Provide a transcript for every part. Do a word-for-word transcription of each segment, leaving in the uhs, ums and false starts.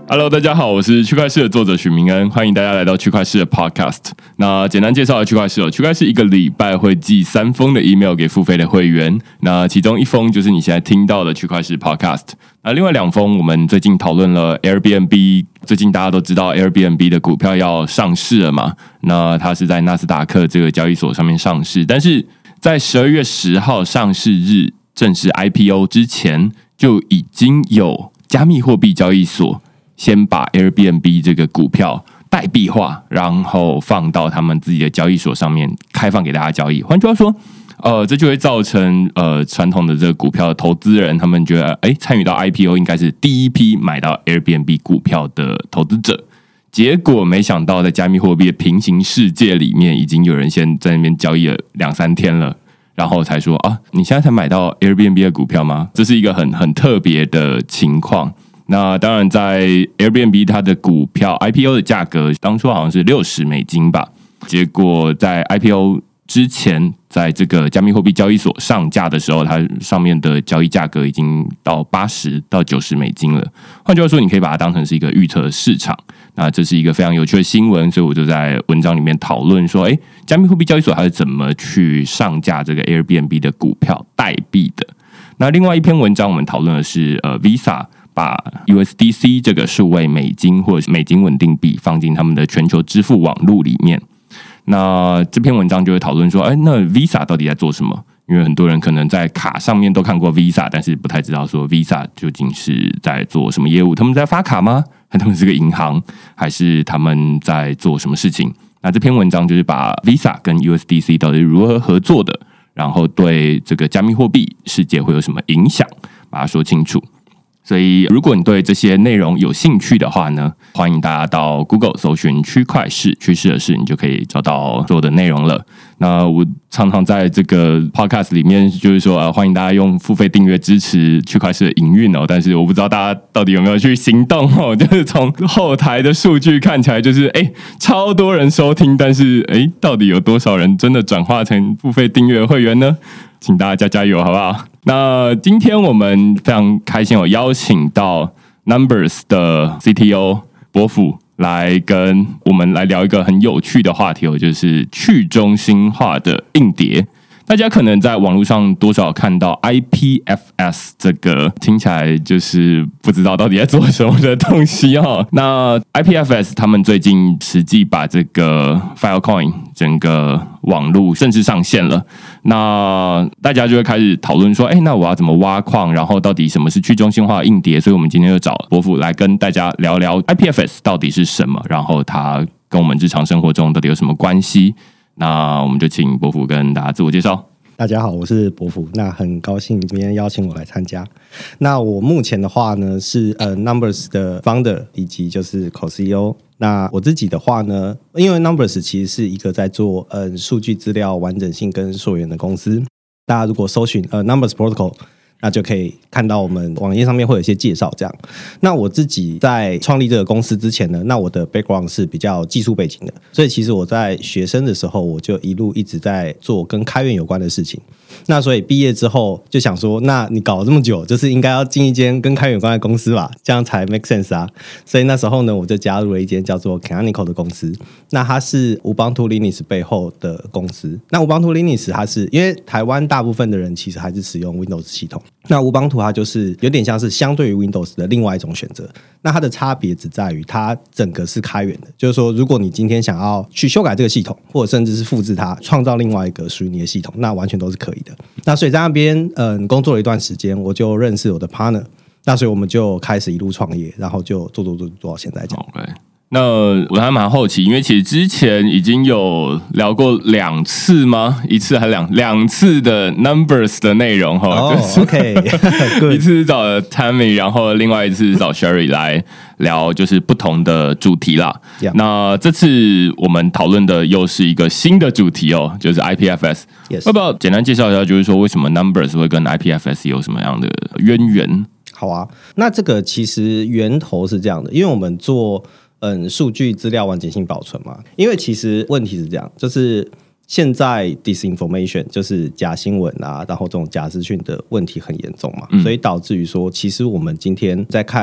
Hello， 大家好，我是区块市的作者许明恩，欢迎大家来到区块市的 Podcast。那简单介绍区块市哦，区块市一个礼拜会寄三封的 email 给付费的会员，那其中一封就是你现在听到的区块市 Podcast。那另外两封，我们最近讨论了 Airbnb， 最近大家都知道 Airbnb 的股票要上市了嘛？那它是在纳斯达克这个交易所上面上市，但是在十二月十号上市日正式 I P O 之前，就已经有加密货币交易所先把 Airbnb 这个股票代币化，然后放到他们自己的交易所上面开放给大家交易。换句话说，呃，这就会造成呃传统的这个股票的投资人，他们觉得，哎，参与到 I P O 应该是第一批买到 Airbnb 股票的投资者。结果没想到，在加密货币的平行世界里面，已经有人先在那边交易了两三天了，然后才说啊，你现在才买到 Airbnb 的股票吗？这是一个很很特别的情况。那当然，在 Airbnb 它的股票 I P O 的价格当初好像是六十美金吧，结果在 I P O 之前，在这个加密货币交易所上架的时候，它上面的交易价格已经到八十到九十美金了。换句话说，你可以把它当成是一个预测市场。那这是一个非常有趣的新闻，所以我就在文章里面讨论说，哎，加密货币交易所它是怎么去上架这个 Airbnb 的股票代币的？那另外一篇文章我们讨论的是呃 Visa。把 U S D C 这个数位美金或者是美金稳定币放进他们的全球支付网路里面。那这篇文章就会讨论说，哎，那 Visa 到底在做什么？因为很多人可能在卡上面都看过 Visa， 但是不太知道说 Visa 究竟是在做什么业务？他们在发卡吗？还是他们是个银行？还是他们在做什么事情？那这篇文章就是把 Visa 跟 U S D C 到底如何合作的，然后对这个加密货币世界会有什么影响，把它说清楚。所以如果你对这些内容有兴趣的话呢，欢迎大家到 Google 搜寻区块市，趋势的事，你就可以找到所有的内容了。那我常常在这个 podcast 里面就是说、呃、欢迎大家用付费订阅支持区块市的营运哦，但是我不知道大家到底有没有去行动哦，就是从后台的数据看起来就是哎超多人收听，但是哎到底有多少人真的转化成付费订阅会员呢？请大家加加油好不好？那今天我们非常开心有邀请到 Numbers 的 C T O 伯甫来跟我们来聊一个很有趣的话题哦，就是去中心化的硬碟。大家可能在网络上多少看到 I P F S 这个听起来就是不知道到底在做什么的东西哦。那 I P F S 他们最近实际把这个 Filecoin 整个网络正式上线了，那大家就会开始讨论说，哎，那我要怎么挖矿？然后到底什么是去中心化硬碟？所以我们今天就找伯甫来跟大家聊聊 I P F S 到底是什么，然后它跟我们日常生活中到底有什么关系？那我们就请伯甫跟大家自我介绍。 大家好，我是伯甫。那很高兴今天邀请我来参加。那我目前的话呢是呃 Numbers 的 founder 以及就是 co-C E O。那我自己的话呢，因为 Numbers 其实是一个在做呃数据资料完整性跟溯源的公司。大家如果搜寻呃 Numbers Protocol，那就可以看到我们网页上面会有一些介绍这样。那我自己在创立这个公司之前呢，那我的 background 是比较技术背景的，所以其实我在学生的时候我就一路一直在做跟开源有关的事情。那所以毕业之后就想说，那你搞了这么久，就是应该要进一间跟开源有关的公司吧，这样才 make sense 啊。所以那时候呢，我就加入了一间叫做 Canonical 的公司。那它是 Ubuntu Linux 背后的公司。那 Ubuntu Linux 它是因为台湾大部分的人其实还是使用 Windows 系统，那 Ubuntu 它就是有点像是相对于 Windows 的另外一种选择。那它的差别只在于它整个是开源的，就是说如果你今天想要去修改这个系统，或者甚至是复制它创造另外一个属于你的系统，那完全都是可以的。那所以在那边嗯工作了一段时间，我就认识我的 partner， 那所以我们就开始一路创业，然后就做做做做到现在这样。 Okay.那我还蛮好奇，因为其实之前已经有聊过两次吗？一次还两两次的 Numbers 的内容哈。 哦、oh, ，OK， 一次找了 Tammy， 然后另外一次找 Sherry 来聊，就是不同的主题啦。Yeah. 那这次我们讨论的又是一个新的主题哦，就是 I P F S。Yes. 要不要简单介绍一下，就是说为什么 Numbers 会跟 I P F S 有什么样的渊源？ 好啊，那这个其实源头是这样的，因为我们做嗯，数据资料完整性保存嘛，因为其实问题是这样，就是现在 disinformation 就是假新闻啊，然后这种假资讯的问题很严重嘛、嗯、所以导致于说其实我们今天在看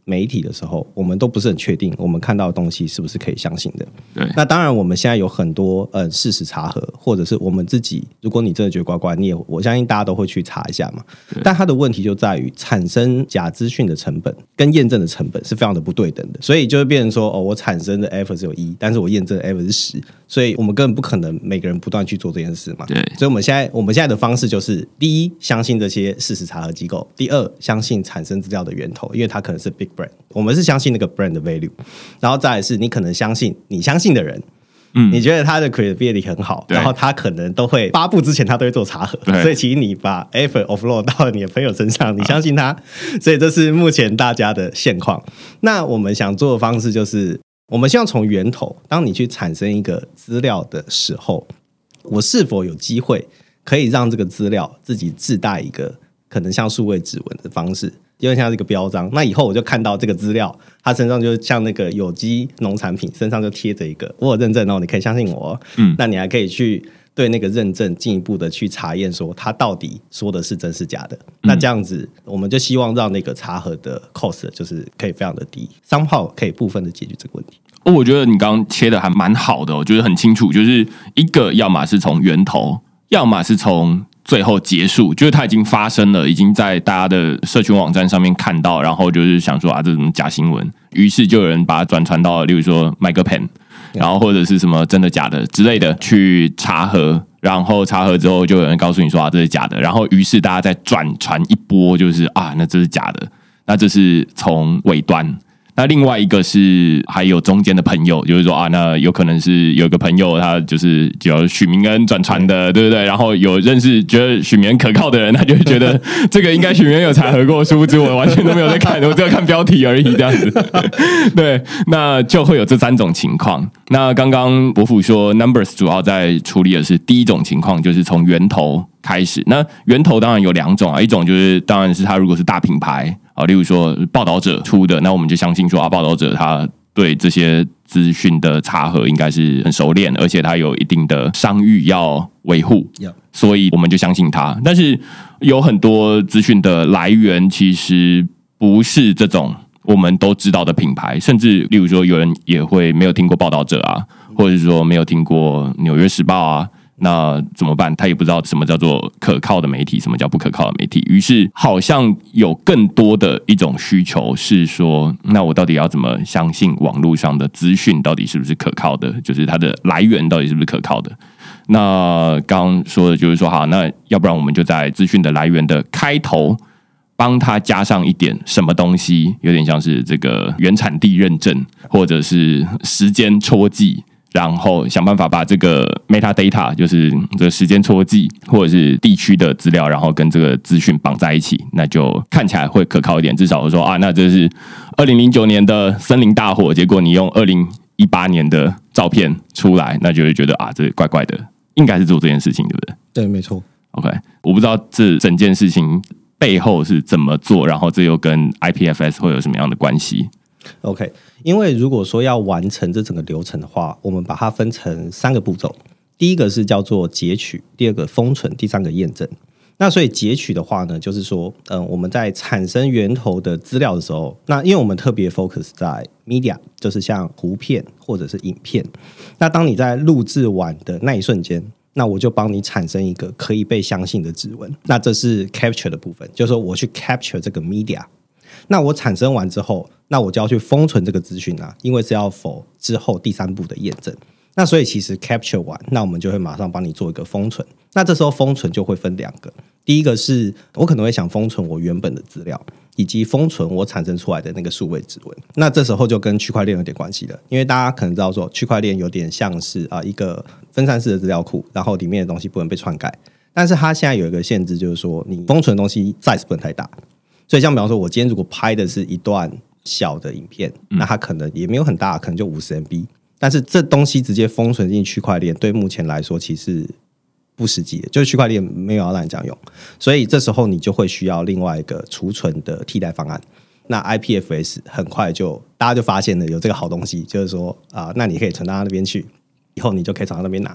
媒体的时候，我们都不是很确定我们看到的东西是不是可以相信的。 对， 那当然我们现在有很多呃事实查核，或者是我们自己，如果你真的觉得怪怪，你也我相信大家都会去查一下嘛。但它的问题就在于产生假资讯的成本跟验证的成本是非常的不对等的，所以就会变成说，哦，我产生的 effort 只有一，但是我验证的 effort 是十，所以我们根本不可能每个人不断去做这件事嘛。 对， 所以我们现在我们现在的方式就是：第一，相信这些事实查核机构；第二，相信产生资料的源头，因为它可能是 big brand， 我们是相信那个 brand 的 value， 然后再来是你可能相信你相信的人。嗯，你觉得他的 credibility 很好，然后他可能都会发布之前他都会做查核，所以其实你把 effort offload 到你的朋友身上，你相信他，所以这是目前大家的现况。那我们想做的方式就是，我们希望从源头，当你去产生一个资料的时候，我是否有机会可以让这个资料自己自带一个可能像数位指纹的方式，有点像这个标章，那以后我就看到这个资料，它身上就像那个有机农产品身上就贴着一个我有认证哦，你可以相信我。嗯，那你还可以去对那个认证进一步的去查验，说它到底说的是真是假的。嗯、那这样子，我们就希望让那个查核的 cost 就是可以非常的低 ，somehow 可以部分的解决这个问题。 哦，我觉得你刚刚切的还蛮好的，我觉得很清楚，就是一个要么是从源头，要么是从最后结束，就是它已经发生了，已经在大家的社群网站上面看到，然后就是想说啊，这是什么假新闻，于是就有人把它转传到，例如说麦克 pen， 然后或者是什么真的假的之类的去查核，然后查核之后就有人告诉你说啊，这是假的，然后于是大家再转传一波，就是啊，那这是假的，那这是从尾端。那另外一个是还有中间的朋友，就是说啊，那有可能是有个朋友他就是有许明恩转传的，对不对？然后有认识觉得许明恩可靠的人，他就会觉得这个应该许明恩有查核过，殊不知我完全都没有在看，我只有看标题而已，这样子。对，那就会有这三种情况。那刚刚伯父说 ，Numbers 主要在处理的是第一种情况，就是从源头开始。那源头当然有两种啊，一种就是当然是他如果是大品牌。啊，例如说报道者出的，那我们就相信说啊，报道者他对这些资讯的查核应该是很熟练，而且他有一定的商誉要维护， yeah. 所以我们就相信他。但是有很多资讯的来源其实不是这种我们都知道的品牌，甚至例如说有人也会没有听过报道者啊，或者是说没有听过纽约时报啊。那怎么办？他也不知道什么叫做可靠的媒体，什么叫不可靠的媒体。于是好像有更多的一种需求是说，那我到底要怎么相信网络上的资讯到底是不是可靠的？就是它的来源到底是不是可靠的？那刚刚说的就是说，好，那要不然我们就在资讯的来源的开头帮他加上一点什么东西，有点像是这个原产地认证，或者是时间戳记。然后想办法把这个 metadata， 就是这个时间戳记或者是地区的资料，然后跟这个资讯绑在一起，那就看起来会可靠一点。至少说啊，那这是二零零九年的森林大火，结果你用二零一八年的照片出来，那就会觉得啊，这怪怪的，应该是做这件事情，对不对？ 对，没错。 OK， 我不知道这整件事情背后是怎么做，然后这又跟 I P F S 会有什么样的关系 ？OK， 因为如果说要完成这整个流程的话，我们把它分成三个步骤。第一个是叫做截取，第二个封存，第三个验证。那所以截取的话呢，就是说，嗯，我们在产生源头的资料的时候，那因为我们特别 focus 在 media， 就是像图片或者是影片。那当你在录制完的那一瞬间，那我就帮你产生一个可以被相信的指纹。那这是 capture 的部分，就是说我去 capture 这个 media。那我产生完之后，那我就要去封存这个资讯啊，因为是要 for 之后第三步的验证。那所以其实 capture 完，那我们就会马上帮你做一个封存。那这时候封存就会分两个，第一个是我可能会想封存我原本的资料，以及封存我产生出来的那个数位指纹。那这时候就跟区块链有点关系了，因为大家可能知道说，区块链有点像是啊、呃、一个分散式的资料库，然后里面的东西不能被篡改。但是它现在有一个限制，就是说你封存的东西 size 不能太大。所以像比方说我今天如果拍的是一段小的影片，那它可能也没有很大，可能就五十 M B， 但是这东西直接封存进区块链，对目前来说其实不实际的，就是区块链没有要让你这样用，所以这时候你就会需要另外一个储存的替代方案。那 I P F S 很快就大家就发现了有这个好东西，就是说啊、呃，那你可以存到那边去，以后你就可以从那边拿。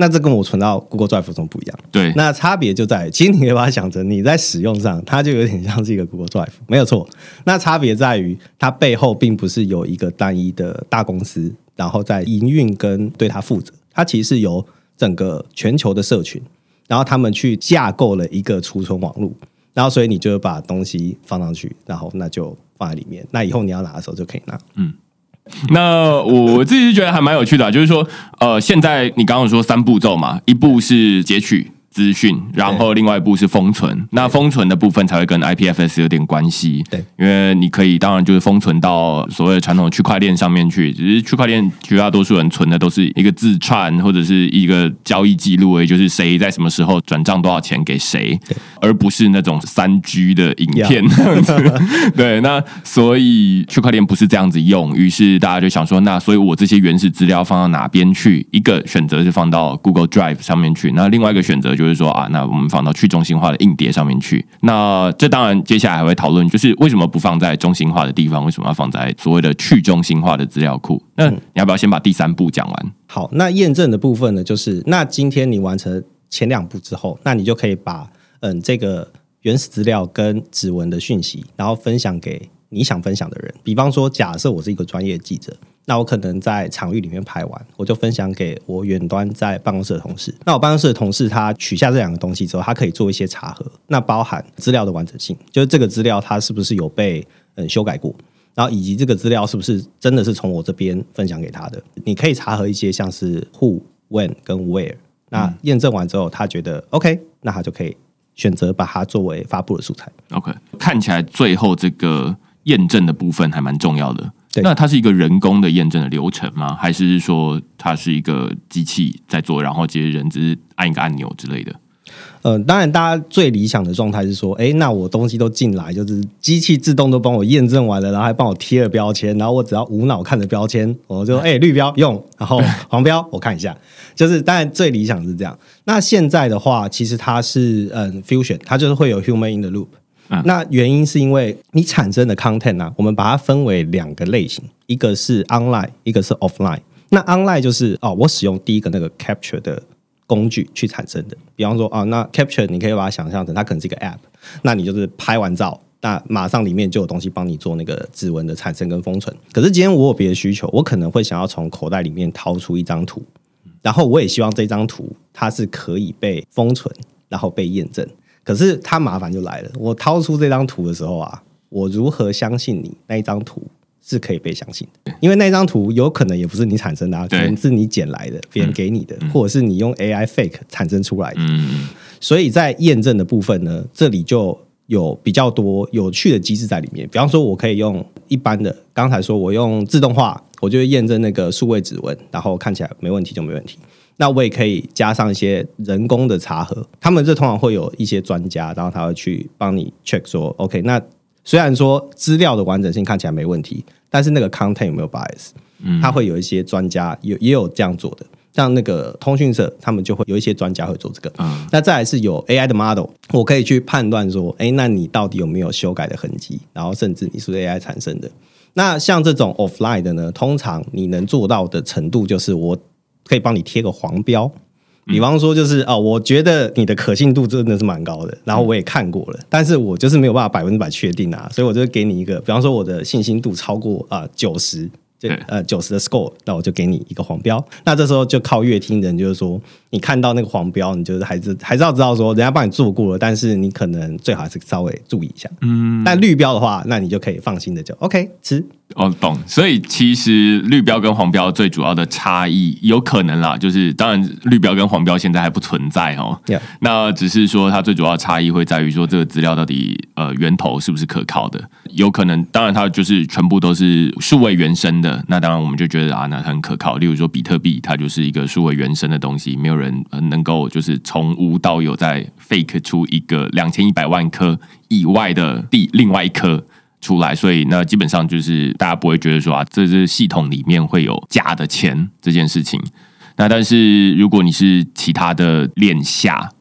那这跟我存到 Google Drive 有什么不一样？ 对， 那差别就在于，其实你可以把它想成你在使用上，它就有点像是一个 Google Drive， 没有错。那差别在于，它背后并不是有一个单一的大公司，然后在营运跟对它负责，它其实是由整个全球的社群，然后他们去架构了一个储存网络，然后所以你就把东西放上去，然后那就放在里面，那以后你要拿的时候就可以拿。嗯。 那我自己是觉得还蛮有趣的、啊，就是说，呃，现在你刚刚说三步骤嘛，一步是截取资讯，然后另外一步是封存。那封存的部分才会跟 I P F S 有点关系，对，因为你可以当然就是封存到所谓的传统的区块链上面去，只是区块链绝大多数人存的都是一个字串或者是一个交易记录，也就是谁在什么时候转账多少钱给谁，而不是那种三 G 的影片这样子。对，那所以区块链不是这样子用，于是大家就想说，那所以我这些原始资料放到哪边去？一个选择是放到 Google Drive 上面去，那另外一个选择就是说啊，那我们放到去中心化的硬碟上面去。那这当然接下来还会讨论，就是为什么不放在中心化的地方，为什么要放在所谓的去中心化的资料库？那你要不要先把第三步讲完？ 好，那验证的部分呢，就是那今天你完成前两步之后，那你就可以把嗯这个原始资料跟指纹的讯息，然后分享给你想分享的人。比方说，假设我是一个专业记者，那我可能在场域里面拍完，我就分享给我远端在办公室的同事。那我办公室的同事他取下这两个东西之后，他可以做一些查核，那包含资料的完整性，就是这个资料它是不是有被嗯修改过，然后以及这个资料是不是真的是从我这边分享给他的。你可以查核一些像是 Who、When 跟 Where。那验证完之后，他觉得 OK， 那他就可以选择把它作为发布的素材。 OK， 看起来最后这个验证的部分还蛮重要的。那它是一个人工的验证的流程吗？还是说它是一个机器在做，然后接人只是按一个按钮之类的？ 呃，当然，大家最理想的状态是说，哎，那我东西都进来，就是机器自动都帮我验证完了，然后还帮我贴了标签，然后我只要无脑看着标签，我就哎绿标用，然后黄标我看一下，就是当然最理想是这样。那现在的话，其实它是嗯 Fusion， 它就是会有 Human in the Loop。嗯、那原因是因为你产生的 content 啊，我们把它分为两个类型，一个是 online， 一个是 offline。那 online 就是哦，我使用第一个那个 capture 的工具去产生的，比方说啊，那 capture 你可以把它想象成它可能是一个 app， 那你就是拍完照，那马上里面就有东西帮你做那个指纹的产生跟封存。可是今天我有别的需求，我可能会想要从口袋里面掏出一张图，然后我也希望这张图它是可以被封存，然后被验证。可是它麻烦就来了，我掏出这张图的时候啊，我如何相信你那一张图是可以被相信的？因为那张图有可能也不是你产生的、啊，可能是你捡来的，别人给你的、嗯，或者是你用 A I fake 产生出来的。嗯、所以在验证的部分呢，这里就有比较多有趣的机制在里面。比方说，我可以用一般的，刚才说我用自动化，我就会验证那个数位指纹，然后看起来没问题就没问题。那我也可以加上一些人工的查核，他们这通常会有一些专家，然后他会去帮你 check 说 OK， 那虽然说资料的完整性看起来没问题，但是那个 content 有没有 bias， 他会有一些专家有也有这样做的，像那个通讯社他们就会有一些专家会做这个、嗯、那再来是有 A I 的 model， 我可以去判断说哎，那你到底有没有修改的痕迹，然后甚至你是不是 A I 产生的。那像这种 offline 的呢，通常你能做到的程度就是我可以帮你贴个黄标，比方说就是、嗯哦、我觉得你的可信度真的是蛮高的，然后我也看过了，但是我就是没有办法百分之百确定啊，所以我就给你一个，比方说我的信心度超过啊九十，呃九十的 score， 那我就给你一个黄标。那这时候就靠乐听人，就是说你看到那个黄标，你就是还是还是要知道说人家帮你做过了，但是你可能最好还是稍微注意一下。嗯，但绿标的话，那你就可以放心的就 OK 吃。 哦，懂。所以其实绿标跟黄标最主要的差异，有可能啦，就是当然绿标跟黄标现在还不存在哦。Yeah. 那只是说它最主要的差异会在于说这个资料到底呃源头是不是可靠的，有可能当然它就是全部都是数位原生的，那当然我们就觉得啊那很可靠。例如说比特币，它就是一个数位原生的东西，没有人能够就是从无到有再 fake 出一个两千一百万颗以外的第另外一颗出来，所以那基本上就是大家不会觉得说啊，这是系统里面会有假的钱这件事情。那但是如果你是其他的链下，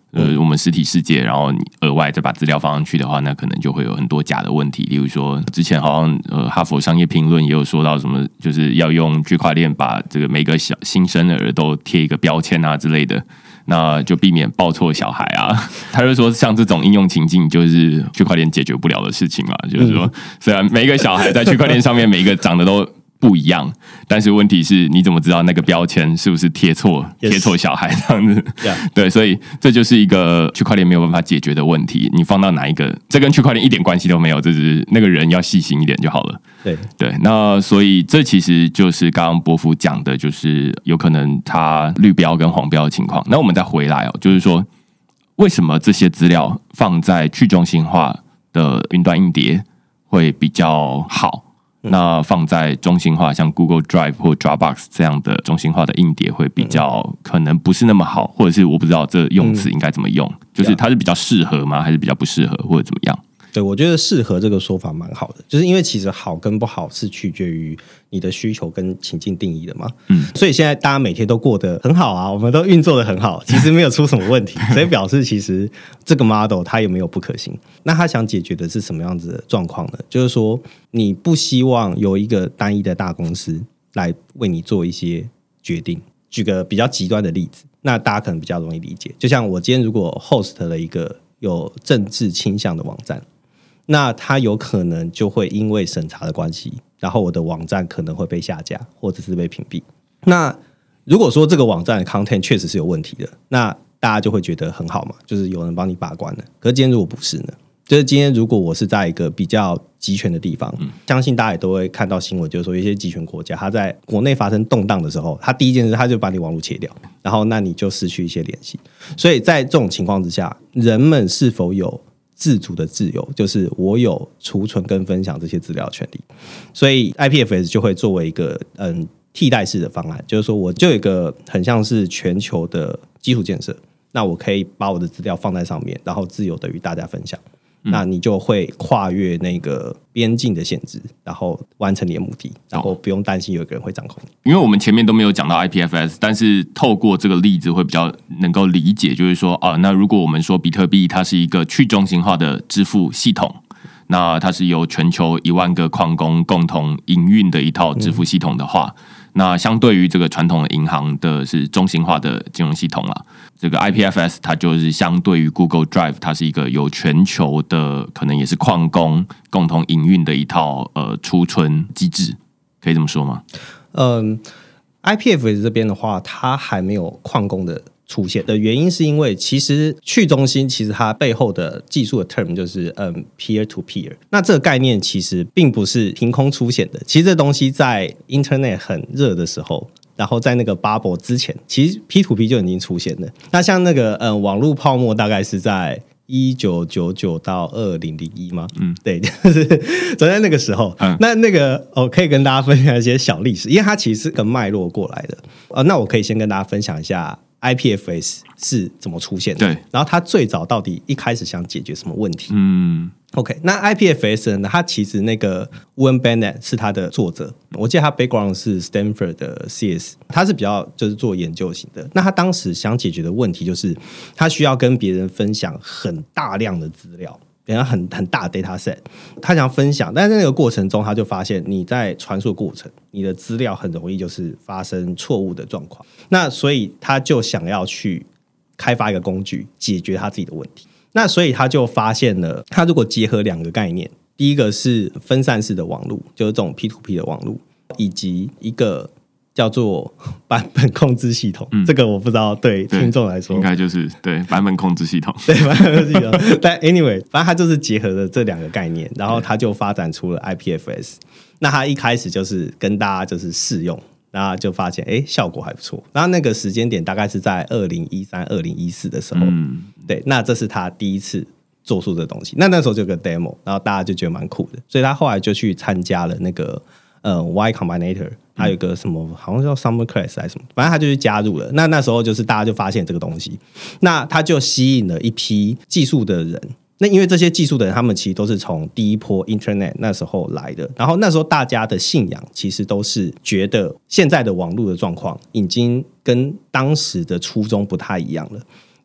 呃，我们实体世界，然后你额外再把资料放上去的话，那可能就会有很多假的问题。例如说，之前好像呃，哈佛商业评论也有说到什么，就是要用区块链把这个每个小新生儿都贴一个标签啊之类的，那就避免报错小孩啊。他就说，像这种应用情境，就是区块链解决不了的事情嘛。就是说，虽然每一个小孩在区块链上面每一个长得都不一样，但是问题是你怎么知道那个标签是不是贴错贴错小孩这样子？ Yeah. 对，所以这就是一个区块链没有办法解决的问题。你放到哪一个，这跟区块链一点关系都没有，这只是那个人要细心一点就好了。 对对，那所以这其实就是刚刚伯父讲的，就是有可能它绿标跟黄标的情况。那我们再回来哦，就是说为什么这些资料放在去中心化的云端硬碟会比较好？那放在中心化，像 Google Drive 或 Dropbox 这样的中心化的硬碟会比较可能不是那么好，或者是我不知道这用词应该怎么用，就是它是比较适合吗？还是比较不适合，或者怎么样？ 对，我觉得适合这个说法蛮好的，就是因为其实好跟不好是取决于你的需求跟情境定义的嘛。嗯，所以现在大家每天都过得很好啊，我们都运作得很好，其实没有出什么问题，所以表示其实这个 model 它也没有不可行。那他想解决的是什么样子的状况呢？就是说你不希望有一个单一的大公司来为你做一些决定。举个比较极端的例子，那大家可能比较容易理解，就像我今天如果 host 了一个有政治倾向的网站，那它有可能就会因为审查的关系，然后我的网站可能会被下架或者是被屏蔽。那如果说这个网站的 content 确实是有问题的，那大家就会觉得很好嘛，就是有人帮你把关了。可是今天如果不是呢？就是今天如果我是在一个比较集权的地方，嗯、相信大家也都会看到新闻，就是说一些集权国家，它在国内发生动荡的时候，它第一件事它就把你网络切掉，然后那你就失去一些联系。所以在这种情况之下，人们是否有自主的自由，就是我有储存跟分享这些资料的权利。所以 I P F S 就会作为一个嗯替代式的方案，就是说我就有一个很像是全球的基础建设，那我可以把我的资料放在上面，然后自由的与大家分享。嗯、那你就会跨越那个边境的限制，然后完成你的目的，然后不用担心有一个人会掌控你。 因为我们前面都没有讲到 I P F S， 但是透过这个例子会比较能够理解，就是说啊，那如果我们说比特币它是一个去中心化的支付系统，那它是由全球一万个矿工共同营运的一套支付系统的话，嗯、那相对于这个传统的银行的是中心化的金融系统啦。这个 I P F S 它就是相对于 Google Drive， 它是一个由全球的可能也是矿工共同营运的一套呃储存机制，可以这么说吗？ 嗯 ，I P F S 这边的话，它还没有矿工的出现的原因，是因为其实去中心其实它背后的技术的 term 就是嗯 peer to peer， 那这个概念其实并不是凭空出现的，其实这东西在 Internet 很热的时候。然后在那个 bubble 之前，其实 P to P 就已经出现了。那像那个嗯，网络泡沫大概是在一九九九到二零零一吗？嗯，对，就是走在那个时候。嗯、那那个我、哦、可以跟大家分享一些小历史，因为它其实是个脉络过来的。呃，那我可以先跟大家分享一下 I P F S 是怎么出现的，对，然后它最早到底一开始想解决什么问题？嗯。OK， 那 I P F S 呢？它其实那个 Owen Bennett 是他的作者，我记得他 background 是 Stanford 的 C S， 他是比较就是做研究型的。那他当时想解决的问题就是，他需要跟别人分享很大量的资料，等下很很大的 data set， 他想分享，但是在那个过程中，他就发现你在传输的过程，你的资料很容易就是发生错误的状况。那所以他就想要去开发一个工具，解决他自己的问题。那所以他就发现了，他如果结合两个概念，第一个是分散式的网络，就是这种 P to P 的网络，以及一个叫做版本控制系统。嗯、这个我不知道对听众来说， 应该就是对版本控制系统。 对版本控制系统，但 anyway， 反正他就是结合了这两个概念，然后他就发展出了 I P F S。那他一开始就是跟大家就是试用。然后就发现，哎，效果还不错。然后那个时间点大概是在二零一三、二零一四的时候，嗯，对，那这是他第一次做出这个东西。那那时候就有个 demo， 然后大家就觉得蛮酷的，所以他后来就去参加了那个呃 Y Combinator， 还有一个什么好像叫 Summer Class 还是什么，反正他就去加入了。那那时候就是大家就发现这个东西，那他就吸引了一批技术的人。那因为这些技术的人，他们其实都是从第一波 Internet 那时候来的，然后那时候大家的信仰其实都是觉得现在的网络的状况已经跟当时的初衷不太一样了。因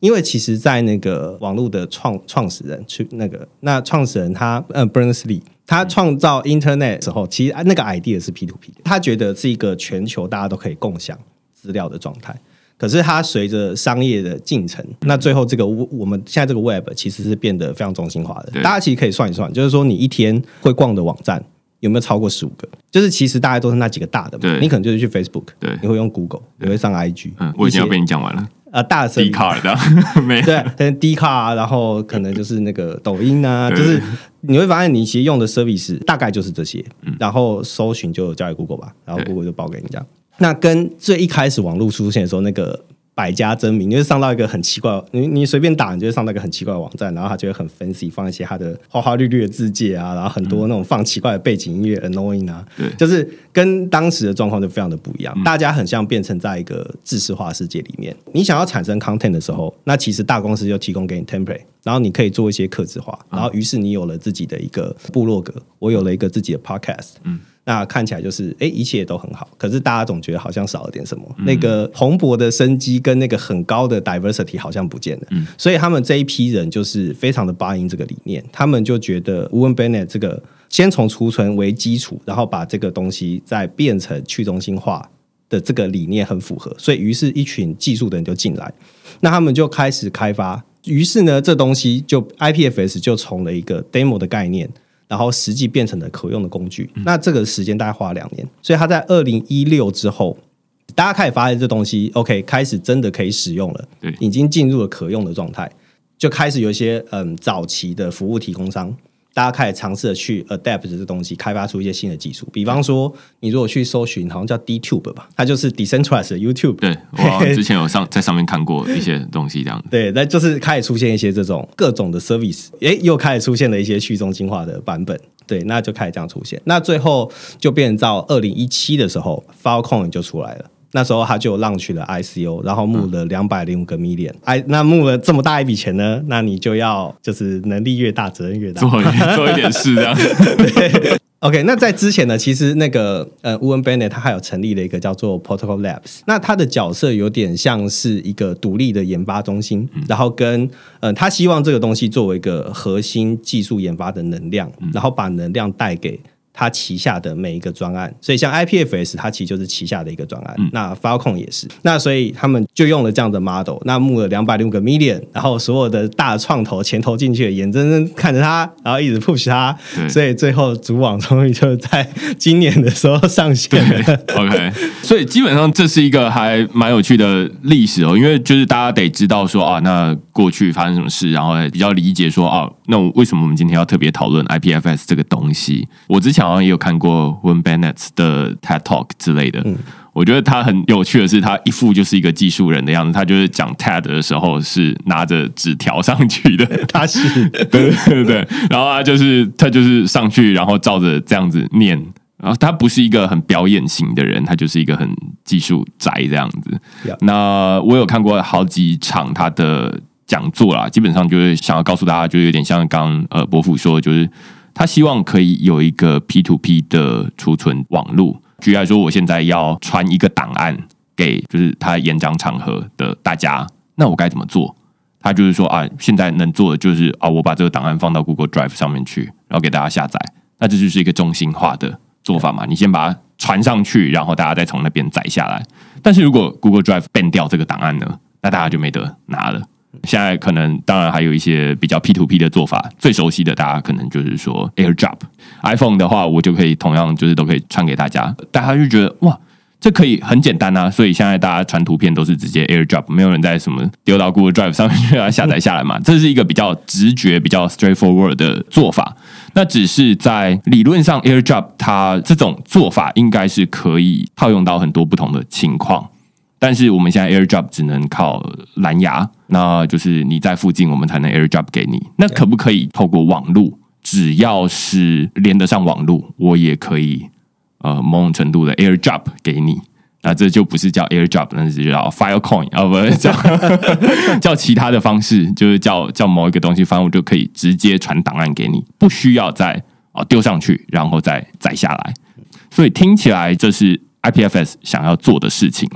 因为其实，在那个网络的创创始人去那个那创始人他呃 Berners-Lee 他创造 Internet 的时候，其实那个 idea 是 P to P， 他觉得是一个全球大家都可以共享资料的状态。可是它随着商业的进程，那最后这个我们现在这个 Web 其实是变得非常中心化的。大家其实可以算一算，就是说你一天会逛的网站有没有超过十五个？就是其实大概都是那几个大的嘛。你可能就是去 Facebook， 对，你会用 Google， 你会上 I G。 嗯，我已经要被你讲完了。 呃，大的 Dcard 的，没对，但是 Dcard 啊，然后可能就是那个抖音啊，就是你会发现你其实用的 service 大概就是这些，然后搜寻就交给 Google 吧，然后 Google 就报给你这样。那跟最一开始网络出现的时候，那个百家争鸣，你就上到一个很奇怪，你你随便打，你就会上到一个很奇怪的网站，然后它就会很 fancy， 放一些它的花花绿绿的字界啊，然后很多那种放奇怪的背景音乐 ，annoying 啊，就是跟当时的状况就非常的不一样。嗯、大家很像变成在一个制式化世界里面，你想要产生 content 的时候，那其实大公司就提供给你 template， 然后你可以做一些客制化，然后于是你有了自己的一个部落格，我有了一个自己的 podcast， 嗯。那看起来就是哎，一切都很好，可是大家总觉得好像少了点什么，嗯、那个蓬勃的生机跟那个很高的 diversity 好像不见了，嗯、所以他们这一批人就是非常的 buy in 这个理念，他们就觉得 Owen Bennett 这个先从储存为基础，然后把这个东西再变成去中心化的这个理念很符合，所以于是一群技术的人就进来，那他们就开始开发，于是呢，这东西就 I P F S 就从了一个 demo 的概念。然后实际变成了可用的工具，嗯、那这个时间大概花了两年，所以他在二零一六之后，大家开始发现这东西 OK 开始真的可以使用了，已经进入了可用的状态，就开始有一些嗯早期的服务提供商，大家开始尝试的去 adapt 这个东西，开发出一些新的技术。比方说，你如果去搜寻，好像叫 DTube 吧，它就是 decentralized 的 YouTube。对， 我之前有上在上面看过一些东西，这样。 对，那就是开始出现一些这种各种的 service， 哎，又开始出现了一些去中心化的版本。对，那就开始这样出现。那最后就变成到二零一七的时候 ，Filecoin 就出来了。那时候他就launch了 I C O， 然后募了两百零五个 million，哎、嗯，那募了这么大一笔钱呢，那你就要就是能力越大，责任越大， 做做一点事这样。 对 ，OK， 那在之前呢，其实那个呃 Owen Bennett 他还有成立了一个叫做 Protocol Labs， 那他的角色有点像是一个独立的研发中心，嗯、然后跟呃他希望这个东西作为一个核心技术研发的能量，嗯、然后把能量带给他旗下的每一个专案，所以像 I P F S 它其实就是旗下的一个专案，嗯、那 Filecoin 也是，那所以他们就用了这样的 model， 那募了两百零五个 million， 然后所有的大创投钱投进去，眼睁睁看着他，然后一直 push 他，所以最后主网终于就在今年的时候上线了。 OK， 所以基本上这是一个还蛮有趣的历史哦，因为就是大家得知道说啊，那过去发生什么事，然后比较理解说啊，那为什么我们今天要特别讨论 I P F S 这个东西？我之前好像也有看过 Owen Bennett 的 TED Talk 之类的，嗯、我觉得他很有趣的是，他一副就是一个技术人的样子，他就是讲 TED 的时候是拿着纸条上去的， 他是对对对，然后他就是他就是上去，然后照着这样子念。然后他不是一个很表演型的人，他就是一个很技术宅这样子。Yeah. 那我有看过好几场他的讲座啦，基本上就是想要告诉大家，就有点像刚刚呃伯父说的，就是他希望可以有一个 P to P 的储存网路。举例来说，我现在要传一个档案给就是他演讲场合的大家，那我该怎么做？他就是说啊，现在能做的就是啊，我把这个档案放到 Google Drive 上面去，然后给大家下载。那这就是一个中心化的做法嘛，你先把它传上去，然后大家再从那边载下来。但是如果 Google Drive ban 掉这个档案呢，那大家就没得拿了。现在可能当然还有一些比较 P to P 的做法，最熟悉的大家可能就是说 AirDrop。iPhone 的话，我就可以同样就是都可以传给大家，大家就觉得哇，这可以很简单啊，所以现在大家传图片都是直接 AirDrop， 没有人在什么丢到 Google Drive 上面去把它下载下来嘛，这是一个比较直觉、比较 straightforward 的做法。那只是在理论上 AirDrop 它这种做法应该是可以套用到很多不同的情况，但是我们现在 AirDrop 只能靠蓝牙，那就是你在附近我们才能 AirDrop 给你。那可不可以透过网路，只要是连得上网路，我也可以呃某种程度的 AirDrop 给你？那这就不是叫 AirDrop， 那是叫 Filecoin， 啊，不是叫叫其他的方式，就是叫叫某一个东西，反正我就可以直接传档案给你，不需要再啊丢上去，然后再载下来。所以听起来这是 I P F S 想要做的事情啦。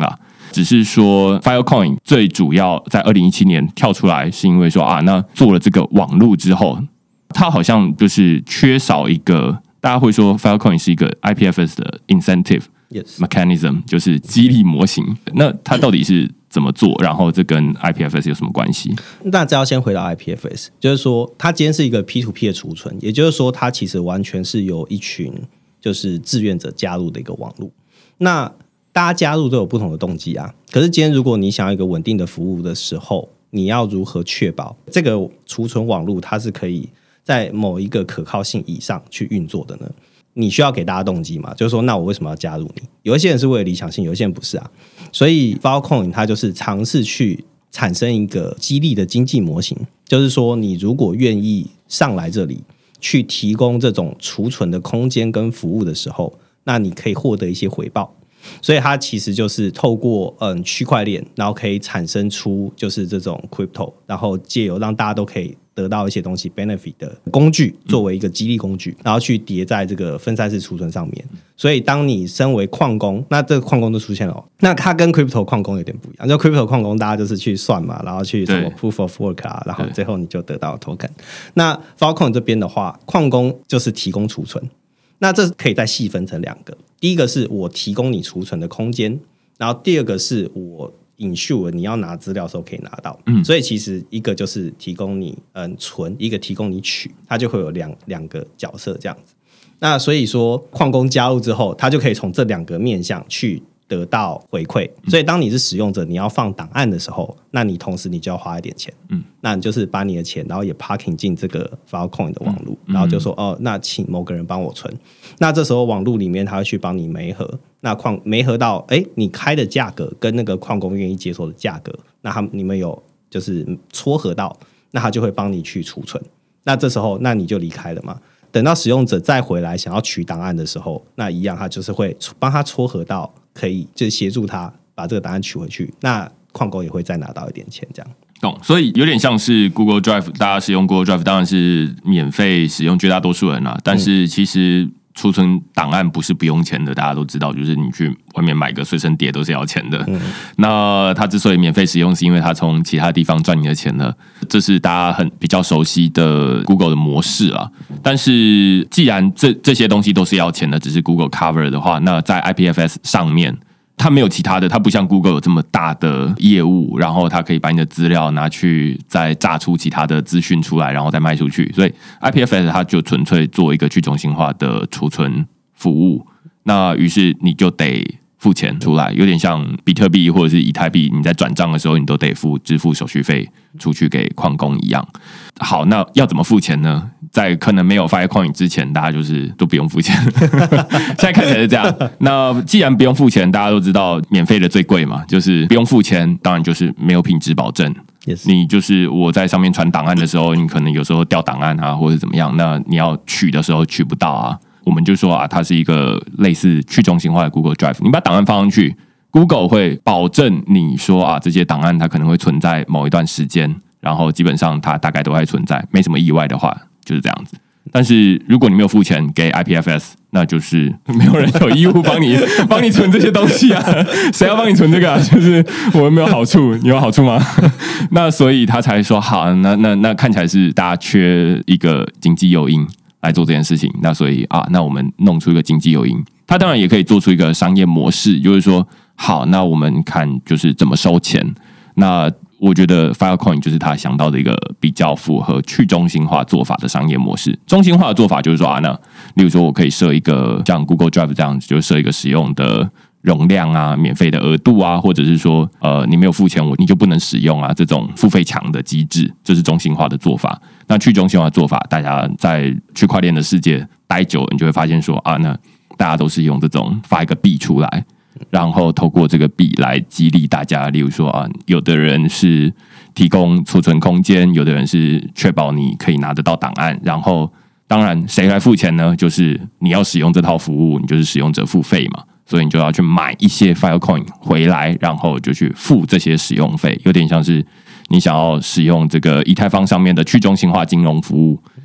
只是说 Filecoin 最主要在二零一七年跳出来，是因为说啊，那做了这个网路之后，它好像就是缺少一个，大家会说 Filecoin 是一个 I P F S 的 incentive。Yes. mechanism 就是激励模型，那它到底是怎么做？然后这跟 I P F S 有什么关系？ 那这要先回到 I P F S， 就是说它今天是一个 P to P 的储存，也就是说它其实完全是由一群就是志愿者加入的一个网络。那大家加入都有不同的动机啊，可是今天如果你想要一个稳定的服务的时候，你要如何确保这个储存网络它是可以在某一个可靠性以上去运作的呢？你需要给大家动机嘛，就是说那我为什么要加入你？有一些人是为了理想性，有一些人不是啊。所以 Filecoin 它就是尝试去产生一个激励的经济模型，就是说你如果愿意上来这里去提供这种储存的空间跟服务的时候，那你可以获得一些回报。所以它其实就是透过嗯区块链，然后可以产生出就是这种 crypto， 然后借由让大家都可以得到一些东西 benefit 的工具，作为一个激励工具，然后去叠在这个分散式储存上面。所以当你身为矿工，那这个矿工就出现了，那它跟 crypto 矿工有点不一样。就 crypto 矿工大家就是去算嘛，然后去什么 proof of work 啊，然后最后你就得到 token。那 Filecoin 这边的话，矿工就是提供储存。那这可以再细分成两个，第一个是我提供你储存的空间，然后第二个是我 ensure 你要拿资料的时候可以拿到。嗯，所以其实一个就是提供你嗯存，一个提供你取，它就会有两两个角色这样子。那所以说矿工加入之后，他就可以从这两个面向去得到回馈。所以当你是使用者，你要放档案的时候，那你同时你就要花一点钱。嗯，那你就是把你的钱，然后也 parking 进这个 Filecoin 的网路，嗯、然后就说哦，那请某个人帮我存。那这时候网路里面他会去帮你媒合，那矿媒合到哎，你开的价格跟那个矿工愿意接受的价格，那他你们有就是撮合到，那他就会帮你去储存。那这时候那你就离开了嘛。等到使用者再回来想要取档案的时候，那一样他就是会帮他撮合到，可以就是协助他把这个档案取回去，那矿工也会再拿到一点钱这样。 懂，所以有点像是 Google Drive， 大家使用 Google Drive 当然是免费使用，绝大多数人啦，但是其实储存档案不是不用钱的，大家都知道，就是你去外面买个随身碟都是要钱的。嗯、那它之所以免费使用，是因为它从其他地方赚你的钱了，这是大家很比较熟悉的 Google 的模式啦。但是既然这这些东西都是要钱的，只是 Google cover 的话，那在 I P F S 上面，它没有其他的，它不像 Google 有这么大的业务，然后它可以把你的资料拿去再榨出其他的资讯出来，然后再卖出去。所以 I P F S 它就纯粹做一个去中心化的储存服务。那于是你就得付钱出来，有点像比特币或者是以太币，你在转账的时候你都得付支付手续费出去给矿工一样。好，那要怎么付钱呢？在可能没有 Filecoin 之前，大家就是都不用付钱。现在看起来是这样。那既然不用付钱，大家都知道免费的最贵嘛，就是不用付钱，当然就是没有品质保证。Yes. 你就是我在上面传档案的时候，你可能有时候掉档案啊，或者怎么样，那你要取的时候取不到啊。我们就说啊，它是一个类似去中心化的 Google Drive， 你把档案放上去 ，Google 会保证你说啊，这些档案它可能会存在某一段时间，然后基本上它大概都会存在，没什么意外的话就是这样子。但是如果你没有付钱给 I P F S， 那就是没有人有义务帮你帮你存这些东西啊，谁要帮你存这个啊？就是我们没有好处，你有好处吗？那所以他才说好，那那那看起来是大家缺一个经济诱因来做这件事情，那所以啊，那我们弄出一个经济诱因，他当然也可以做出一个商业模式，就是说好，那我们看就是怎么收钱。那我觉得 Filecoin 就是他想到的一个比较符合去中心化做法的商业模式。中心化的做法就是说啊，那例如说我可以设一个像 Google Drive 这样子，就设一个使用的容量啊、免费的额度啊，或者是说呃你没有付钱我你就不能使用啊，这种付费墙的机制，这是中心化的做法。那去中心化的做法，大家在区块链的世界待久了，你就会发现说啊，那大家都是用这种发一个币出来，然后透过这个币来激励大家，例如说啊，有的人是提供储存空间，有的人是确保你可以拿得到档案，然后当然谁来付钱呢？就是你要使用这套服务，你就是使用者付费嘛，所以你就要去买一些 Filecoin 回来，然后就去付这些使用费，有点像是你想要使用这个以太坊上面的去中心化金融服务，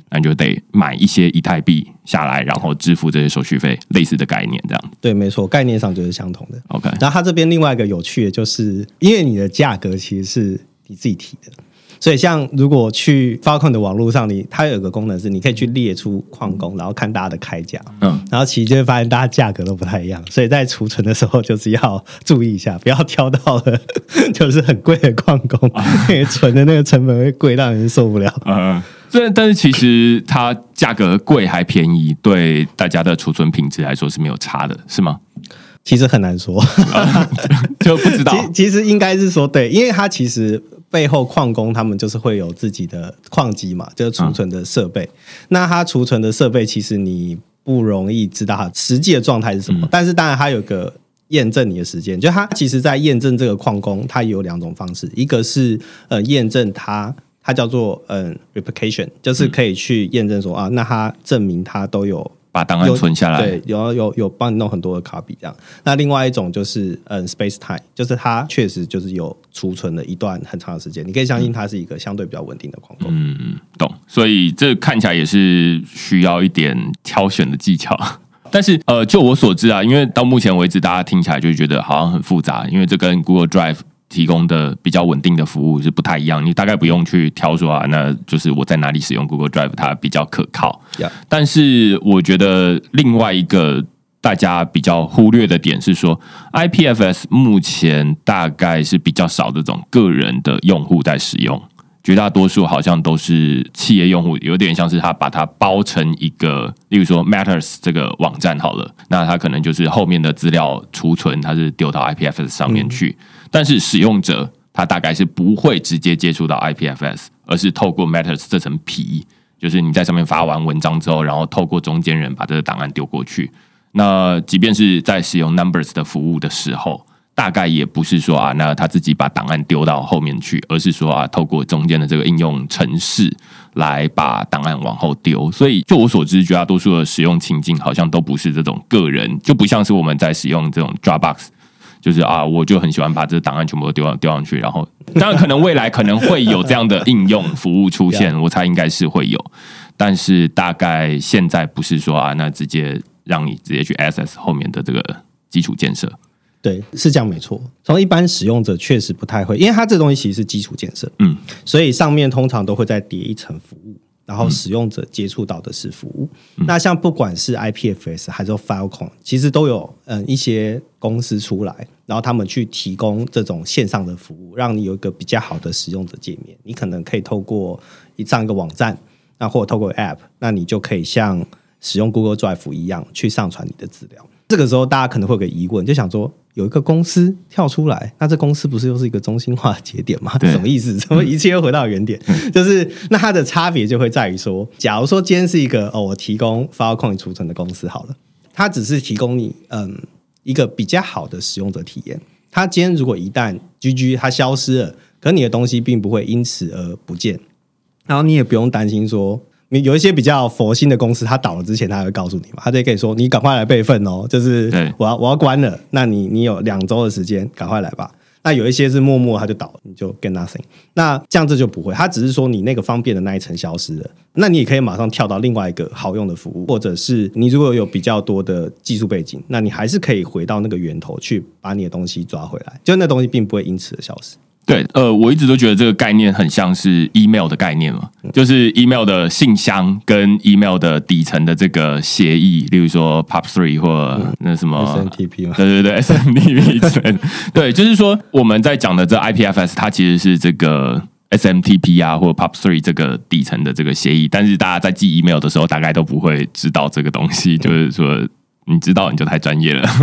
那你就得买一些以太币下来，然后支付这些手续费，类似的概念这样。 对，没错，概念上就是相同的。 OK， 然后它这边另外一个有趣的就是，因为你的价格其实是你自己提的。所以，像如果去 Filecoin 的网络上，你它有个功能是，你可以去列出矿工，然后看大家的开价，嗯，然后其实就会发现大家价格都不太一样，所以在储存的时候就是要注意一下，不要挑到了就是很贵的矿工，因为存的那个成本会贵到人受不了。 嗯，但但是其实它价格贵还便宜，对大家的储存品质来说是没有差的，是吗？ 其实很难说， 就不知道。 其其实应该是说，对，因为它其实背后矿工他们就是会有自己的矿机嘛，就是储存的设备。嗯、那它储存的设备，其实你不容易知道它实际的状态是什么。嗯、但是当然，它有个验证你的时间，就它其实在验证这个矿工，它有两种方式，一个是呃验证它。它叫做嗯 replication， 就是可以去验证说、嗯、啊，那它证明它都有把档案存下来， 对，有有有帮你弄很多的 copy 这样。那另外一种就是嗯 space time， 就是它确实就是有储存了一段很长的时间，你可以相信它是一个相对比较稳定的矿工。 嗯，懂。所以这看起来也是需要一点挑选的技巧。但是呃，就我所知啊，因为到目前为止，大家听起来就觉得好像很复杂，因为这跟 Google Drive提供的比较稳定的服务是不太一样，你大概不用去挑说啊，那就是我在哪里使用 Google Drive 它比较可靠。 Yeah. 但是我觉得另外一个大家比较忽略的点是说 ，I P F S 目前大概是比较少这种个人的用户在使用，绝大多数好像都是企业用户，有点像是他把它包成一个，例如说 Matters 这个网站好了，那它可能就是后面的资料储存，它是丢到 I P F S 上面去。嗯，但是使用者他大概是不会直接接触到 I P F S， 而是透过 Matters 这层皮，就是你在上面发完文章之后，然后透过中间人把这个档案丢过去。那即便是在使用 Numbers 的服务的时候，大概也不是说啊，那他自己把档案丢到后面去，而是说啊，透过中间的这个应用程式来把档案往后丢。所以就我所知，绝大多数的使用情境好像都不是这种个人，就不像是我们在使用这种 Dropbox。就是啊，我就很喜欢把这档案全部都丢丢上去，然后当然可能未来可能会有这样的应用服务出现，我猜应该是会有，但是大概现在不是说啊，那直接让你直接去 access 后面的这个基础建设。 对，是这样没错。从一般使用者确实不太会，因为它这东西其实是基础建设，嗯，所以上面通常都会再叠一层服务。然后使用者接触到的是服务，嗯、那像不管是 I P F S 还是 Filecoin， 其实都有嗯一些公司出来，然后他们去提供这种线上的服务，让你有一个比较好的使用者界面。你可能可以透过上一个网站，那或者透过 App， 那你就可以像使用 Google Drive 一样去上传你的资料。这个时候大家可能会有个疑问，就想说有一个公司跳出来，那这公司不是又是一个中心化的节点吗？什么意思？怎么一切又回到原点？嗯、就是那它的差别就会在于说，假如说今天是一个哦，我提供 Filecoin 储存的公司好了，它只是提供你嗯一个比较好的使用者体验。它今天如果一旦 G G 它消失了，可你的东西并不会因此而不见，然后你也不用担心说。你有一些比较佛心的公司，它倒了之前，它会告诉你嘛，它就可以说你赶快来备份哦，就是我要我要关了，那你你有两周的时间，赶快来吧。那有一些是默默它就倒了，你就 get nothing。那这样子就不会，它只是说你那个方便的那一层消失了，那你也可以马上跳到另外一个好用的服务，或者是你如果有比较多的技术背景，那你还是可以回到那个源头去把你的东西抓回来，就那东西并不会因此而消失。 对，呃，我一直都觉得这个概念很像是 email 的概念嘛，就是 email 的信箱跟 email 的底层的这个协议，例如说 P O P 三 或那什么 S M T P 嘛， 对对对 S M T P 之类的，对，就是说我们在讲的这 I P F S， 它其实是这个 S M T P 啊或 P O P 三 这个底层的这个协议，但是大家在寄 email 的时候，大概都不会知道这个东西，就是说。你知道你就太专业了。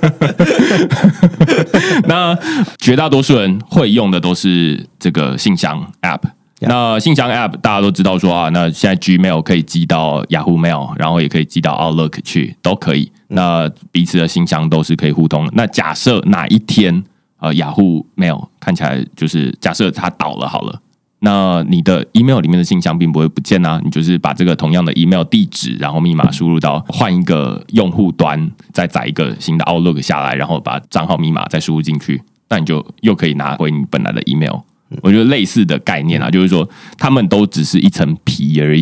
那绝大多数人会用的都是这个信箱 App。那信箱 App 大家都知道说啊，那现在 Gmail 可以寄到 Yahoo Mail， 然后也可以寄到 Outlook 去，都可以。那彼此的信箱都是可以互通的。那假设哪一天呃 Yahoo Mail 看起来就是假设它倒了好了。那你的 email 里面的信箱并不会不见啊，你就是把这个同样的 email 地址，然后密码输入到换一个用户端，再载一个新的 Outlook 下来，然后把账号密码再输入进去，那你就又可以拿回你本来的 email。我觉得类似的概念啊，就是说他们都只是一层皮而已，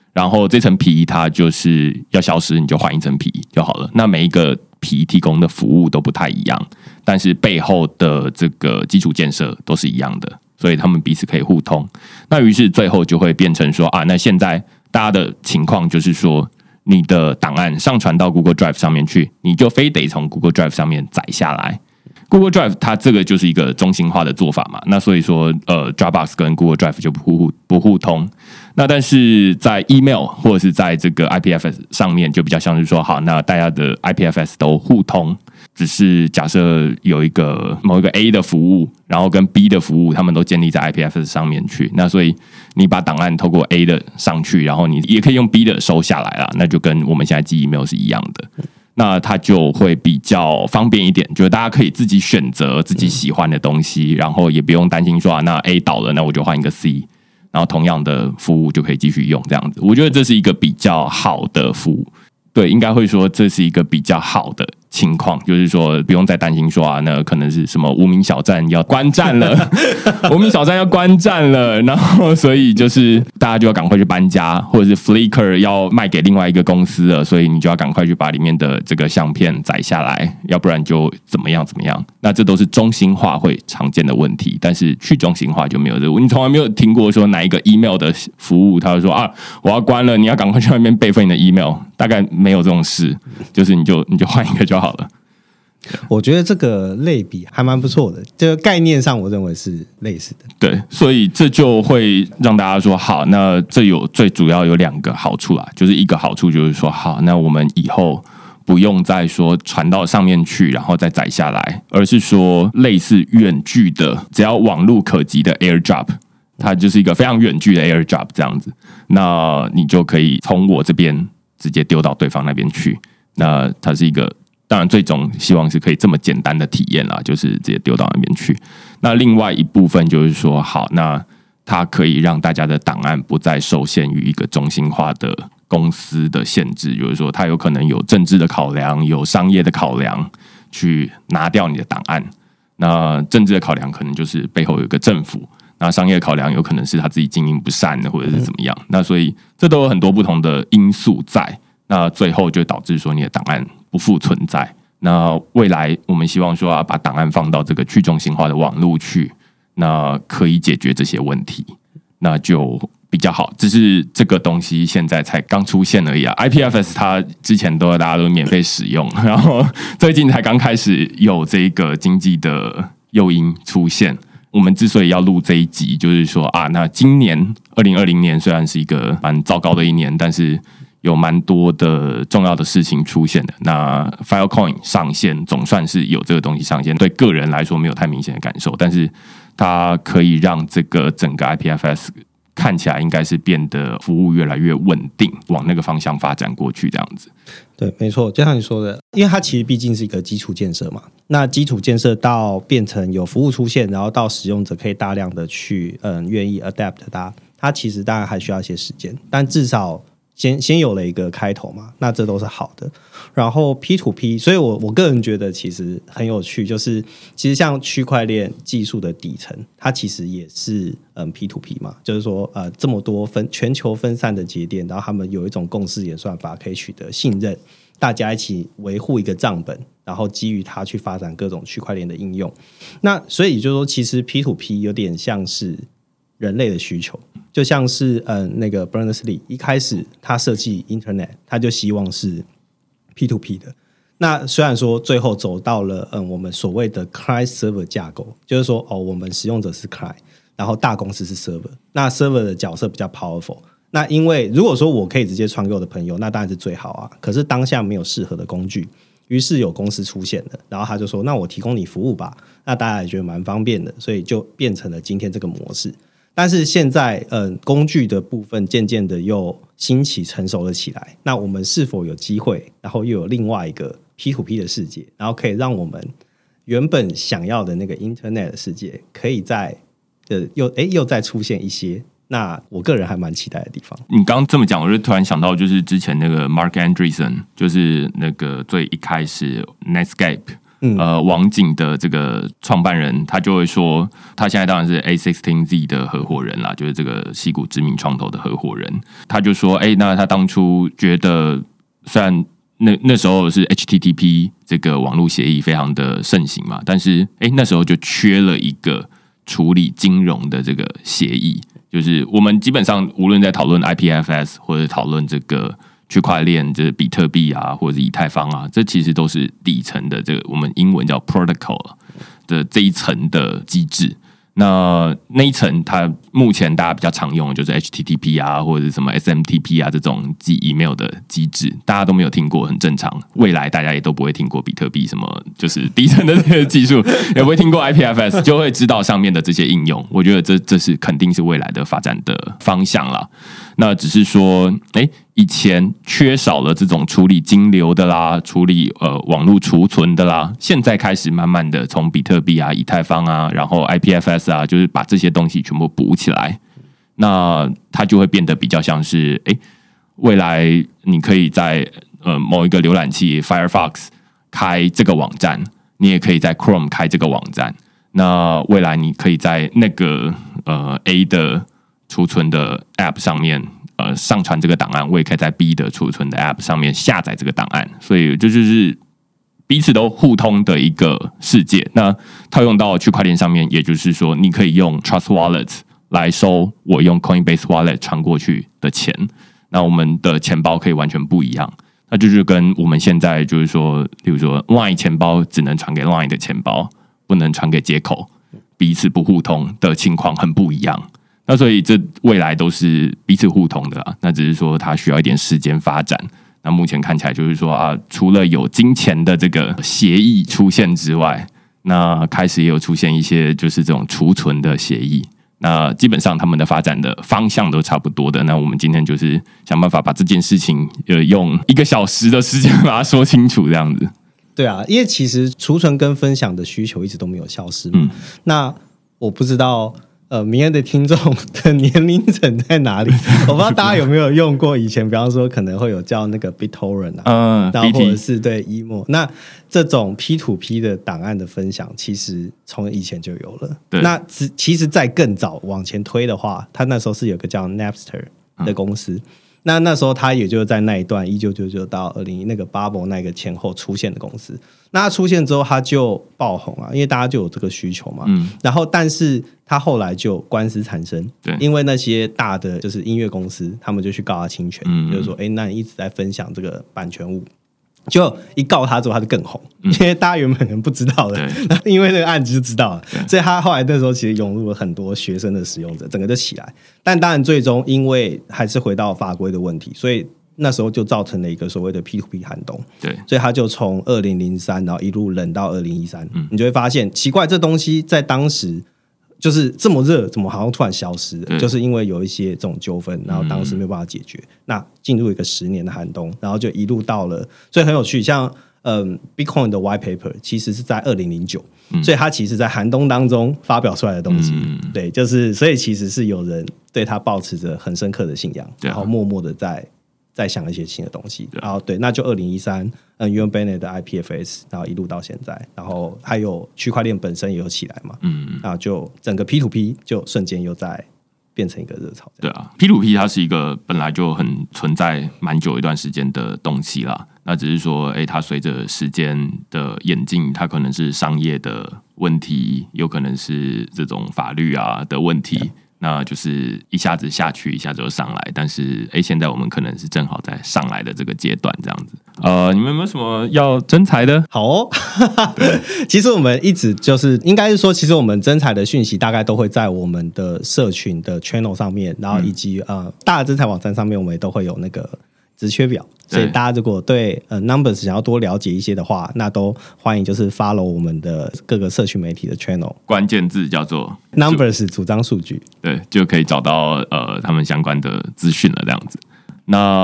然后这层皮它就是要消失，你就换一层皮就好了。那每一个皮提供的服务都不太一样，但是背后的这个基础建设都是一样的，所以他们彼此可以互通。那于是最后就会变成说啊，那现在大家的情况就是说，你的档案上传到 Google Drive 上面去，你就非得从 Google Drive 上面载下来。Google Drive 它这个就是一个中心化的做法嘛，那所以说呃 Dropbox 跟 Google Drive 就不互不互通。那但是在 email 或者是在这个 I P F S 上面就比较像是说，好，那大家的 I P F S 都互通，只是假设有一个某一个 A 的服务，然后跟 B 的服务，他们都建立在 I P F S 上面去。那所以你把档案透过 A 的上去，然后你也可以用 B 的收下来啦，那就跟我们现在寄 email 是一样的。那它就会比较方便一点，就是大家可以自己选择自己喜欢的东西，然后也不用担心说啊，那 A 倒了，那我就换一个 C， 然后同样的服务就可以继续用这样子。我觉得这是一个比较好的服务，对，应该会说这是一个比较好的情况，就是说不用再担心说啊，那可能是什么无名小站要关站了，无名小站要关站了，然后所以就是大家就要赶快去搬家，或者是 Flickr 要卖给另外一个公司了，所以你就要赶快去把里面的这个相片载下来，要不然就怎么样怎么样。那这都是中心化会常见的问题，但是去中心化就没有这个。你从来没有听过说哪一个 email 的服务，他会说啊，我要关了，你要赶快去外面备份你的 email， 大概没有这种事，就是你就你就换一个就好了。 我觉得这个类比还蛮不错的，这个概念上我认为是类似的。 对，所以这就会让大家说，好，那这有最主要有两个好处啦，就是一个好处就是说，好，那我们以后不用再说传到上面去，然后再载下来，而是说类似远距的，只要网路可及的 AirDrop， 它就是一个非常远距的 AirDrop 这样子，那你就可以从我这边直接丢到对方那边去，那它是一个。当然，最终希望是可以这么简单的体验啦，就是直接丢到那边去。那另外一部分就是说，好，那它可以让大家的档案不再受限于一个中心化的公司的限制，就是说，它有可能有政治的考量，有商业的考量，去拿掉你的档案。那政治的考量可能就是背后有一个政府，那商业的考量有可能是他自己经营不善的，或者是怎么样。那所以这都有很多不同的因素在。那最后就导致说你的档案不复存在。那未来我们希望说啊，把档案放到这个去中心化的网路去，那可以解决这些问题，那就比较好。只是这个东西现在才刚出现而已啊。I P F S 它之前都大家都免费使用，然后最近才刚开始有这个经济的诱因出现。我们之所以要录这一集，就是说啊，那今年二零二零年虽然是一个蛮糟糕的一年，但是有蛮多的重要的事情出现的。那 Filecoin 上线总算是有这个东西上线，对个人来说没有太明显的感受，但是它可以让这个整个 I P F S 看起来应该是变得服务越来越稳定，往那个方向发展过去这样子。 对，没错，就像你说的，因为它其实毕竟是一个基础建设嘛，那基础建设到变成有服务出现，然后到使用者可以大量的去嗯愿意 adapt 它，它其实当然还需要一些时间，但至少先先有了一个开头嘛，那这都是好的。然后 P to P， 所以我我个人觉得其实很有趣，就是其实像区块链技术的底层，它其实也是嗯 P to P 嘛，就是说呃这么多分全球分散的节点，然后他们有一种共识演算法可以取得信任，大家一起维护一个账本，然后基于它去发展各种区块链的应用。那所以就是说，其实 P to P 有点像是人类的需求，就像是嗯、呃、那个 Berners-Lee 一开始他设计 Internet， 他就希望是 P to P 的。那虽然说最后走到了嗯我们所谓的 Client Server 架构，就是说哦我们使用者是 Client， 然后大公司是 Server， 那 Server 的角色比较 powerful。那因为如果说我可以直接传给我的朋友，那当然是最好啊。可是当下没有适合的工具，于是有公司出现了，然后他就说：“那我提供你服务吧。”那大家也觉得蛮方便的，所以就变成了今天这个模式。但是现在，嗯，工具的部分渐渐的又兴起成熟了起来。那我们是否有机会，然后又有另外一个 P to P 的世界，然后可以让我们原本想要的那个 Internet 的世界，可以在呃又哎又再出现一些？那我个人还蛮期待的地方。 你刚刚这么讲，我就突然想到，就是之前那个 Mark Andreessen， 就是那个最一开始 Netscape 嗯、呃，网景的这个创办人，他就会说，他现在当然是 A 十六 Z 的合伙人啦，就是这个矽谷知名创投的合伙人。他就说，哎、欸，那他当初觉得，虽然那那时候是 H T T P 这个网络协议非常的盛行嘛，但是哎、欸，那时候就缺了一个处理金融的这个协议，就是我们基本上无论在讨论 I P F S 或者讨论这个。区块链，就是比特币啊，或者是以太坊啊，这其实都是底层的这个我们英文叫 protocol 的这一层的机制。那那一层，它目前大家比较常用的就是 H T T P 啊，或者是什么 S M T P 啊这种寄 email 的机制，大家都没有听过，很正常。未来大家也都不会听过比特币什么，就是底层的这个技术，也不会听过 I P F S， 就会知道上面的这些应用。我觉得这这是肯定是未来的发展的方向啦。那只是说，哎、欸，以前缺少了这种处理金流的啦，处理呃网络储存的啦，现在开始慢慢的从比特币啊、以太坊啊，然后 I P F S 啊，就是把这些东西全部补起来，那它就会变得比较像是，哎、欸，未来你可以在呃某一个浏览器 Firefox 开这个网站，你也可以在 Chrome 开这个网站，那未来你可以在那个呃 A 的储存的 App 上面，呃，上传这个档案，我也可以在 B 的储存的 App 上面下载这个档案，所以这就是彼此都互通的一个世界。那套用到区块链上面，也就是说，你可以用 Trust Wallet 来收我用 Coinbase Wallet 传过去的钱，那我们的钱包可以完全不一样。那就是跟我们现在就是说，例如说 Line 钱包只能传给 Line 的钱包，不能传给接口，彼此不互通的情况很不一样。那所以这未来都是彼此互通的啦，那只是说它需要一点时间发展。那目前看起来就是说啊，除了有金钱的这个协议出现之外，那开始也有出现一些就是这种储存的协议。那基本上他们的发展的方向都差不多的。那我们今天就是想办法把这件事情呃用一个小时的时间把它说清楚，这样子。 对啊，因为其实储存跟分享的需求一直都没有消失嘛。嗯、那我不知道。呃，明恩的听众的年龄层在哪里？我不知道大家有没有用过以前，比方说可能会有叫那个 BitTorrent 啊，嗯，然后或者是对 emo， 那这种 P to P 的档案的分享，其实从以前就有了。那其实再更早往前推的话，他那时候是有个叫 Napster 的公司。嗯，那那时候他也就在那一段一九九九到二零那个 Bubble 那个前后出现的公司。那他出现之后他就爆红啊，因为大家就有这个需求嘛。嗯，然后但是他后来就官司缠身，对，因为那些大的就是音乐公司，他们就去告他侵权，嗯，就是说，哎，那你一直在分享这个版权物。就一告他之后他就更红，嗯，因为大家原本可能不知道的，因为那个案子就知道了，所以他后来那时候其实涌入了很多学生的使用者，整个就起来。但当然最终因为还是回到法规的问题，所以那时候就造成了一个所谓的 P to P 寒冬。对，所以他就从二零零三然后一路冷到二零一三，你就会发现奇怪，这东西在当时就是这么热，怎么好像突然消失了？就是因为有一些这种纠纷，然后当时没有办法解决，嗯，那进入一个十年的寒冬，然后就一路到了，所以很有趣。像嗯 Bitcoin 的 White Paper 其实是在二零零九，所以它其实在寒冬当中发表出来的东西，嗯，对，就是所以其实是有人对它抱持着很深刻的信仰，然后默默的在在想一些新的东西，然后对，那就二零一三，嗯 ，Ewan Bennett 的 I P F S， 然后一路到现在，然后还有区块链本身也有起来嘛，嗯，然后就整个 P to P 就瞬间又在变成一个热潮。对啊 ，P to P 它是一个本来就很存在蛮久一段时间的东西啦，那只是说，哎，它随着时间的演进，它可能是商业的问题，有可能是这种法律啊的问题。那就是一下子下去，一下子就上来，但是哎，现在我们可能是正好在上来的这个阶段，这样子。呃，你们有没有什么要征才的？ 好哦，其实我们一直就是应该是说，其实我们征才的讯息大概都会在我们的社群的 channel 上面，然后以及、嗯、呃大的征才网站上面，我们也都会有那个职缺表。所以大家如果对呃 Numbers 想要多了解一些的话，那都欢迎就是 follow 我们的各个社群媒体的 channel， 关键字叫做 Numbers 主张数据， 对，就可以找到呃他们相关的资讯了这样子。那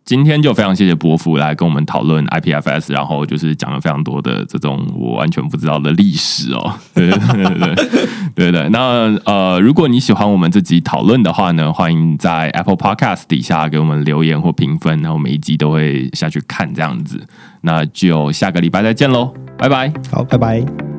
今天就非常谢谢伯父来跟我们讨论 I P F S， 然后就是讲了非常多的这种我完全不知道的历史哦。对对对对对对对。那呃，如果你喜欢我们这集讨论的话呢，欢迎在 Apple Podcast 底下给我们留言或评分，然后每一集都会下去看这样子。那就下个礼拜再见喽，拜拜。 好，拜拜。